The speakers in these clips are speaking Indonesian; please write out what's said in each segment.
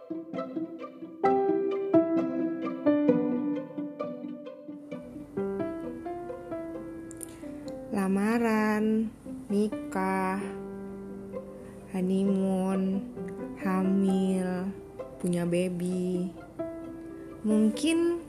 Lamaran, nikah, honeymoon, hamil, punya baby. Mungkin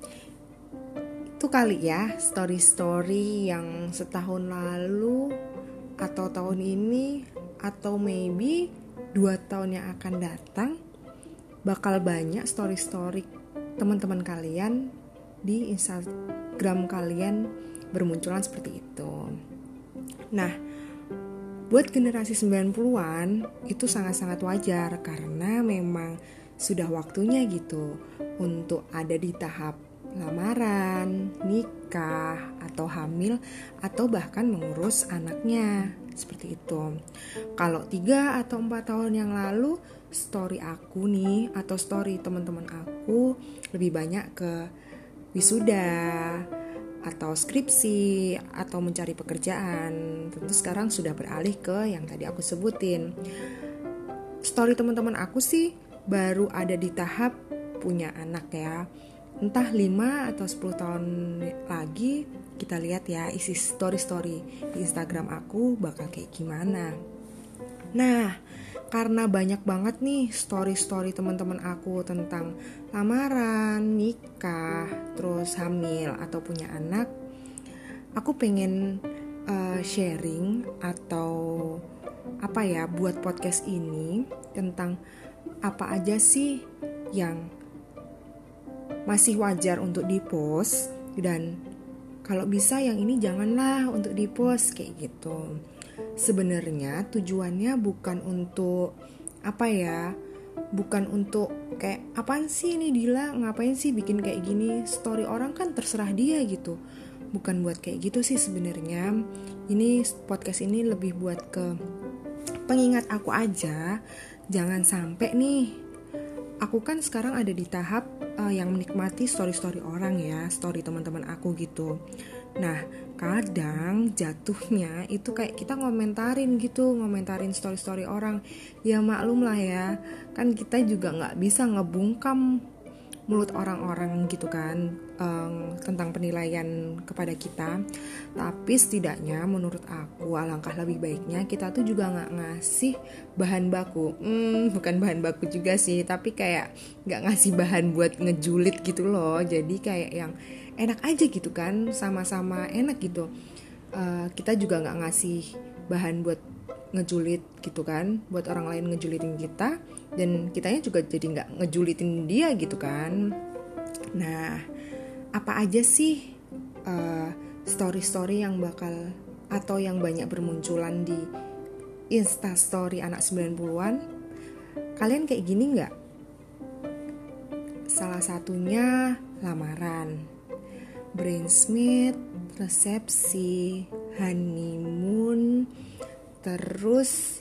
itu kali ya story-story yang setahun lalu atau tahun ini atau maybe 2 tahun yang akan datang bakal banyak story-story teman-teman kalian di Instagram kalian bermunculan seperti itu. Nah, buat generasi 90-an itu sangat-sangat wajar karena memang sudah waktunya gitu untuk ada di tahap lamaran, nikah, atau hamil, atau bahkan mengurus anaknya. Seperti itu. Kalau 3 atau 4 tahun yang lalu, story aku nih, atau story teman-teman aku lebih banyak ke wisuda, atau skripsi, atau mencari pekerjaan. Tentu sekarang sudah beralih ke yang tadi aku sebutin. Story teman-teman aku sih baru ada di tahap punya anak ya. Entah 5 atau 10 tahun lagi kita lihat ya isi story-story di Instagram aku bakal kayak gimana. Nah, karena banyak banget nih story-story teman-teman aku tentang lamaran, nikah, terus hamil atau punya anak, aku pengen sharing atau buat podcast ini tentang apa aja sih yang masih wajar untuk di-post dan kalau bisa yang ini janganlah untuk di-post kayak gitu. Sebenarnya tujuannya bukan untuk bukan untuk kayak apaan sih ini Dila, ngapain sih bikin kayak gini, story orang kan terserah dia gitu. Bukan buat kayak gitu sih sebenarnya. Ini podcast ini lebih buat ke pengingat aku aja, jangan sampai nih aku kan sekarang ada di tahap yang menikmati story-story orang ya, story teman-teman aku gitu. Nah, kadang jatuhnya itu kayak kita ngomentarin story-story orang. Ya maklum lah ya, kan kita juga gak bisa ngebungkam mulut orang-orang gitu kan tentang penilaian kepada kita. Tapi setidaknya menurut aku alangkah lebih baiknya kita tuh juga gak ngasih bahan baku. Bukan bahan baku juga sih, tapi kayak gak ngasih bahan buat ngejulit gitu loh. Jadi kayak yang enak aja gitu kan, sama-sama enak gitu. Kita juga gak ngasih bahan buat ngejulit gitu kan, buat orang lain ngejulitin kita, dan kitanya juga jadi gak ngejulitin dia gitu kan. Nah, apa aja sih story-story yang bakal atau yang banyak bermunculan di Instastory anak 90-an? Kalian kayak gini gak? Salah satunya lamaran, bridesmaid, resepsi, honeymoon, terus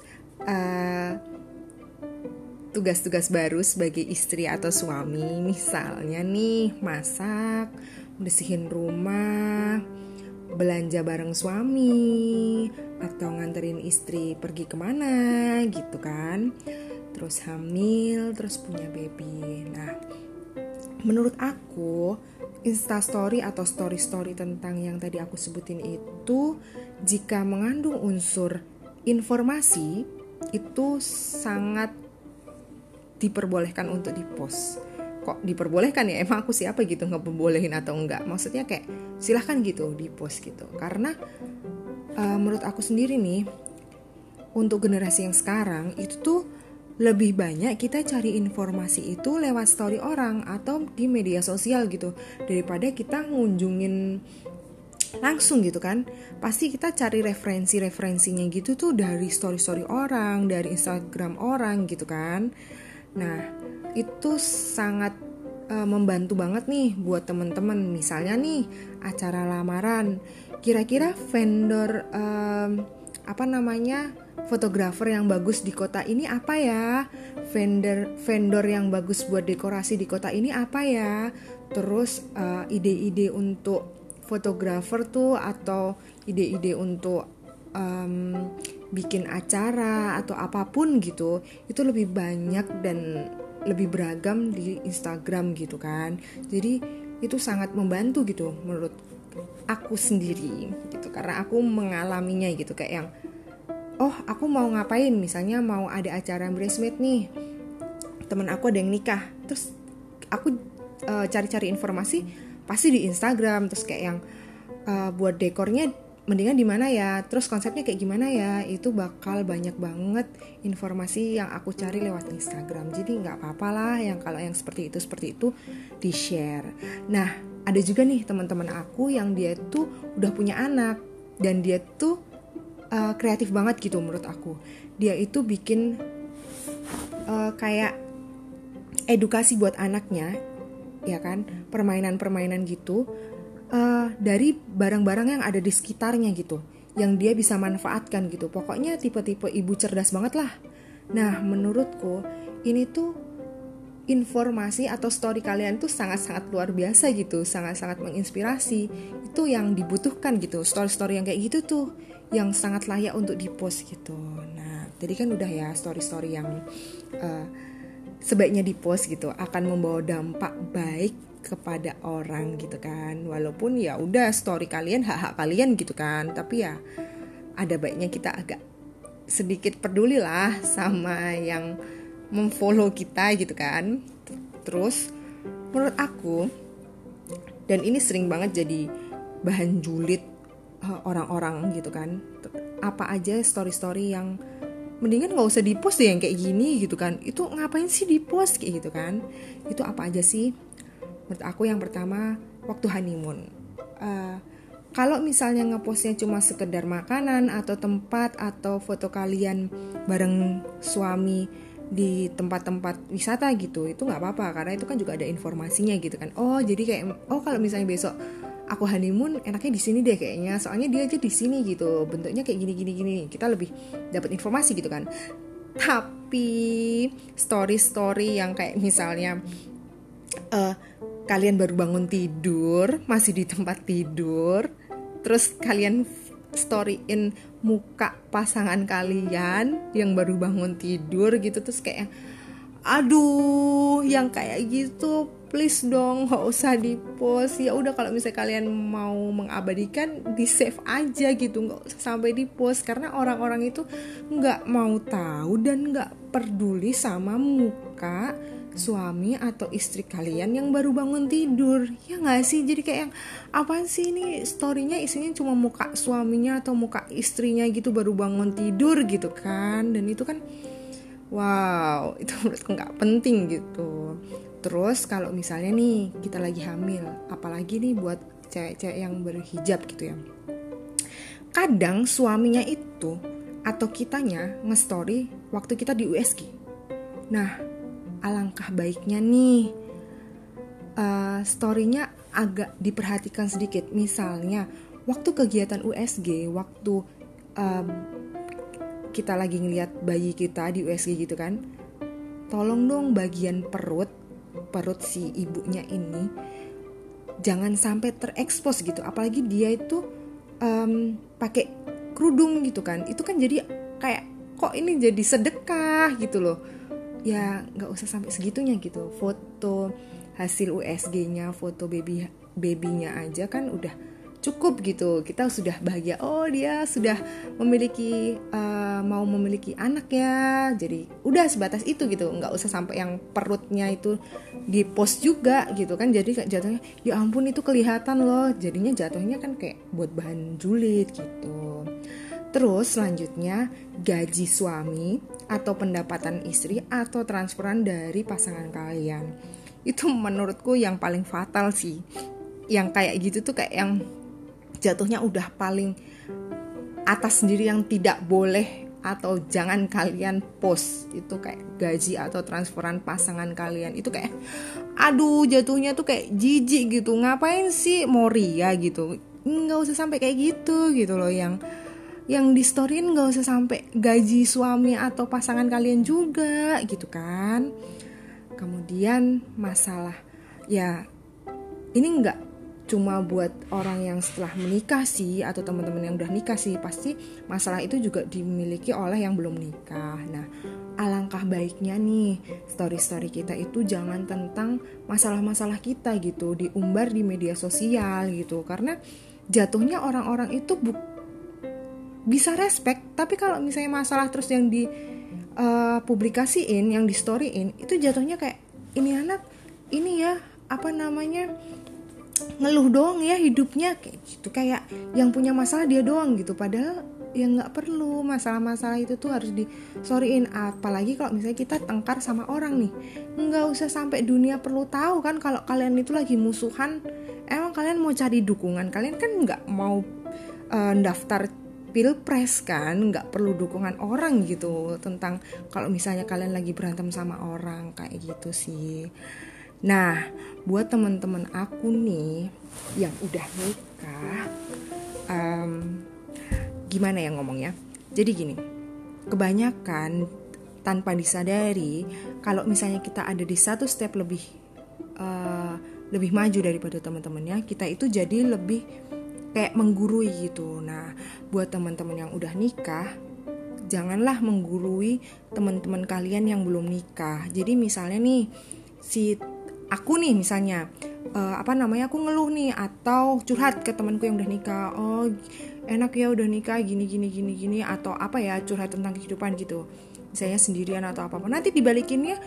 tugas-tugas baru sebagai istri atau suami, misalnya nih masak, bersihin rumah, belanja bareng suami, atau nganterin istri pergi kemana gitu kan. Terus hamil, terus punya baby. Nah, menurut aku Instastory atau story-story tentang yang tadi aku sebutin itu jika mengandung unsur informasi itu sangat diperbolehkan untuk di-post. Kok diperbolehkan ya? Emang aku siapa gitu ngebolehin atau enggak? Maksudnya kayak silahkan gitu di-post gitu. Karena menurut aku sendiri nih, untuk generasi yang sekarang itu tuh lebih banyak kita cari informasi itu lewat story orang atau di media sosial gitu, daripada kita ngunjungin langsung gitu kan. Pasti kita cari referensinya gitu tuh dari story orang, dari Instagram orang gitu kan. Nah, itu sangat membantu banget nih buat teman-teman. Misalnya nih acara lamaran, kira-kira vendor fotografer yang bagus di kota ini apa ya? Vendor yang bagus buat dekorasi di kota ini apa ya? Terus ide-ide untuk fotografer tuh atau ide-ide untuk bikin acara atau apapun gitu, itu lebih banyak dan lebih beragam di Instagram gitu kan. Jadi itu sangat membantu gitu menurut aku sendiri gitu, karena aku mengalaminya gitu, kayak yang aku mau ngapain, misalnya mau ada acara bridesmaid nih, temen aku ada yang nikah, terus aku cari-cari informasi pasti di Instagram, terus kayak yang buat dekornya mendingan di mana ya, terus konsepnya kayak gimana ya, itu bakal banyak banget informasi yang aku cari lewat Instagram. Jadi nggak apa-apa lah yang kalau yang seperti itu di share. Nah ada juga nih teman-teman aku yang dia tuh udah punya anak dan dia tuh kreatif banget gitu menurut aku. Dia itu bikin kayak edukasi buat anaknya, ya kan, permainan-permainan gitu. Dari barang-barang yang ada di sekitarnya gitu, yang dia bisa manfaatkan gitu. Pokoknya tipe-tipe ibu cerdas banget lah. Nah menurutku ini tuh informasi atau story kalian tuh sangat-sangat luar biasa gitu, sangat-sangat menginspirasi. Itu yang dibutuhkan gitu, story-story yang kayak gitu tuh yang sangat layak untuk dipost gitu. Nah tadi kan udah ya story-story yang sebaiknya dipost gitu, akan membawa dampak baik kepada orang gitu kan. Walaupun ya udah story kalian, hak-hak kalian gitu kan, tapi ya ada baiknya kita agak sedikit peduli lah sama yang memfollow kita gitu kan. Terus menurut aku, dan ini sering banget jadi bahan julid orang-orang gitu kan, apa aja story-story yang mendingan gak usah dipost deh yang kayak gini gitu kan. Itu ngapain sih dipost kayak gitu kan. Itu apa aja sih? Menurut aku yang pertama, waktu honeymoon. Kalau misalnya ngepostnya cuma sekedar makanan atau tempat atau foto kalian bareng suami di tempat-tempat wisata gitu, itu nggak apa-apa karena itu kan juga ada informasinya gitu kan. Jadi kayak kalau misalnya besok aku honeymoon enaknya di sini deh kayaknya, soalnya dia aja di sini gitu, bentuknya kayak gini, kita lebih dapat informasi gitu kan. Tapi story yang kayak misalnya kalian baru bangun tidur, masih di tempat tidur, terus kalian storyin muka pasangan kalian yang baru bangun tidur gitu, terus kayak aduh, yang kayak gitu please dong gak usah di-post. Ya udah kalau misalnya kalian mau mengabadikan, di-save aja gitu, gak usah sampai di-post, karena orang-orang itu gak mau tahu dan gak peduli sama muka suami atau istri kalian yang baru bangun tidur, ya nggak sih? Jadi kayak yang apaan sih ini, storynya isinya cuma muka suaminya atau muka istrinya gitu baru bangun tidur gitu kan. Dan itu kan wow, itu menurutku nggak penting gitu. Terus kalau misalnya nih kita lagi hamil, apalagi nih buat cewek-cewek yang berhijab gitu ya, kadang suaminya itu atau kitanya nge-story waktu kita di USG. Nah alangkah baiknya nih story-nya agak diperhatikan sedikit. Misalnya waktu kegiatan USG, waktu kita lagi ngeliat bayi kita di USG gitu kan, tolong dong bagian perut si ibunya ini jangan sampai terekspos gitu. Apalagi dia itu pakai kerudung gitu kan, itu kan jadi kayak kok ini jadi sedekah gitu loh. Ya nggak usah sampai segitunya gitu. Foto hasil USG-nya, foto babynya aja kan udah cukup gitu. Kita sudah bahagia, dia sudah memiliki mau memiliki anak ya. Jadi udah sebatas itu gitu. Nggak usah sampai yang perutnya itu di post juga gitu kan. Jadi jatuhnya ya ampun itu kelihatan loh. Jadinya jatuhnya kan kayak buat bahan julid gitu. Terus selanjutnya gaji suami atau pendapatan istri atau transferan dari pasangan kalian. Itu menurutku yang paling fatal sih. Yang kayak gitu tuh kayak yang jatuhnya udah paling atas sendiri, yang tidak boleh atau jangan kalian post. Itu kayak gaji atau transferan pasangan kalian. Itu kayak aduh jatuhnya tuh kayak jijik gitu. Ngapain sih mau ria gitu. Nggak usah sampai kayak gitu loh. Yang di storyin gak usah sampai gaji suami atau pasangan kalian juga gitu kan. Kemudian masalah ya ini cuma buat orang yang setelah menikah sih, atau teman-teman yang udah nikah sih. Pasti masalah itu juga dimiliki oleh yang belum nikah. Nah, alangkah baiknya nih story-story kita itu jangan tentang masalah-masalah kita gitu, diumbar di media sosial gitu. Karena jatuhnya orang-orang itu bisa respect, tapi kalau misalnya masalah terus yang di publikasiin, yang di storyin, itu jatuhnya kayak ini anak ini ya apa namanya ngeluh doang ya hidupnya kayak gitu, kayak yang punya masalah dia doang gitu. Padahal yang nggak perlu, masalah-masalah itu tuh harus di-storyin. Apalagi kalau misalnya kita tengkar sama orang nih, nggak usah sampai dunia perlu tahu kan kalau kalian itu lagi musuhan. Emang kalian mau cari dukungan, kalian kan nggak mau daftar pilpres kan, nggak perlu dukungan orang gitu tentang kalau misalnya kalian lagi berantem sama orang kayak gitu sih. Nah, buat teman-teman aku nih yang udah nikah, gimana ya ngomongnya? Jadi gini, kebanyakan tanpa disadari kalau misalnya kita ada di satu step lebih maju daripada teman-temannya, kita itu jadi lebih kayak menggurui gitu. Nah, buat teman-teman yang udah nikah, janganlah menggurui teman-teman kalian yang belum nikah. Jadi misalnya nih, aku nih misalnya aku ngeluh nih atau curhat ke temanku yang udah nikah, oh enak ya udah nikah gini, atau apa ya, curhat tentang kehidupan gitu, misalnya sendirian atau apa-apa, nanti dibalikinnya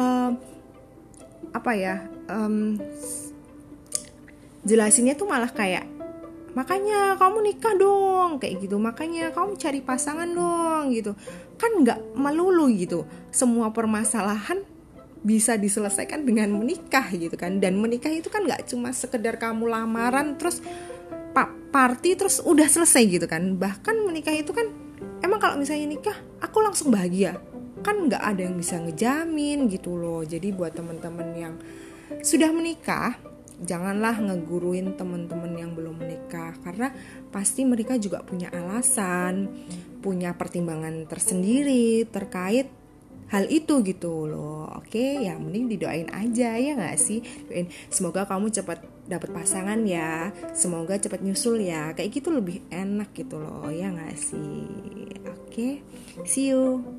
jelasinnya tuh malah kayak, makanya kamu nikah dong kayak gitu, makanya kamu cari pasangan dong gitu. Kan nggak melulu gitu semua permasalahan bisa diselesaikan dengan menikah gitu kan. Dan menikah itu kan nggak cuma sekedar kamu lamaran terus party terus udah selesai gitu kan. Bahkan menikah itu kan emang kalau misalnya nikah aku langsung bahagia, kan nggak ada yang bisa ngejamin gitu loh. Jadi buat teman-teman yang sudah menikah, janganlah ngeguruin teman-teman yang belum menikah, karena pasti mereka juga punya alasan, punya pertimbangan tersendiri terkait hal itu gitu loh. Oke, ya mending didoain aja ya nggak sih? Doain semoga kamu cepat dapat pasangan ya, semoga cepat nyusul ya, kayak gitu lebih enak gitu loh ya nggak sih? Oke, see you.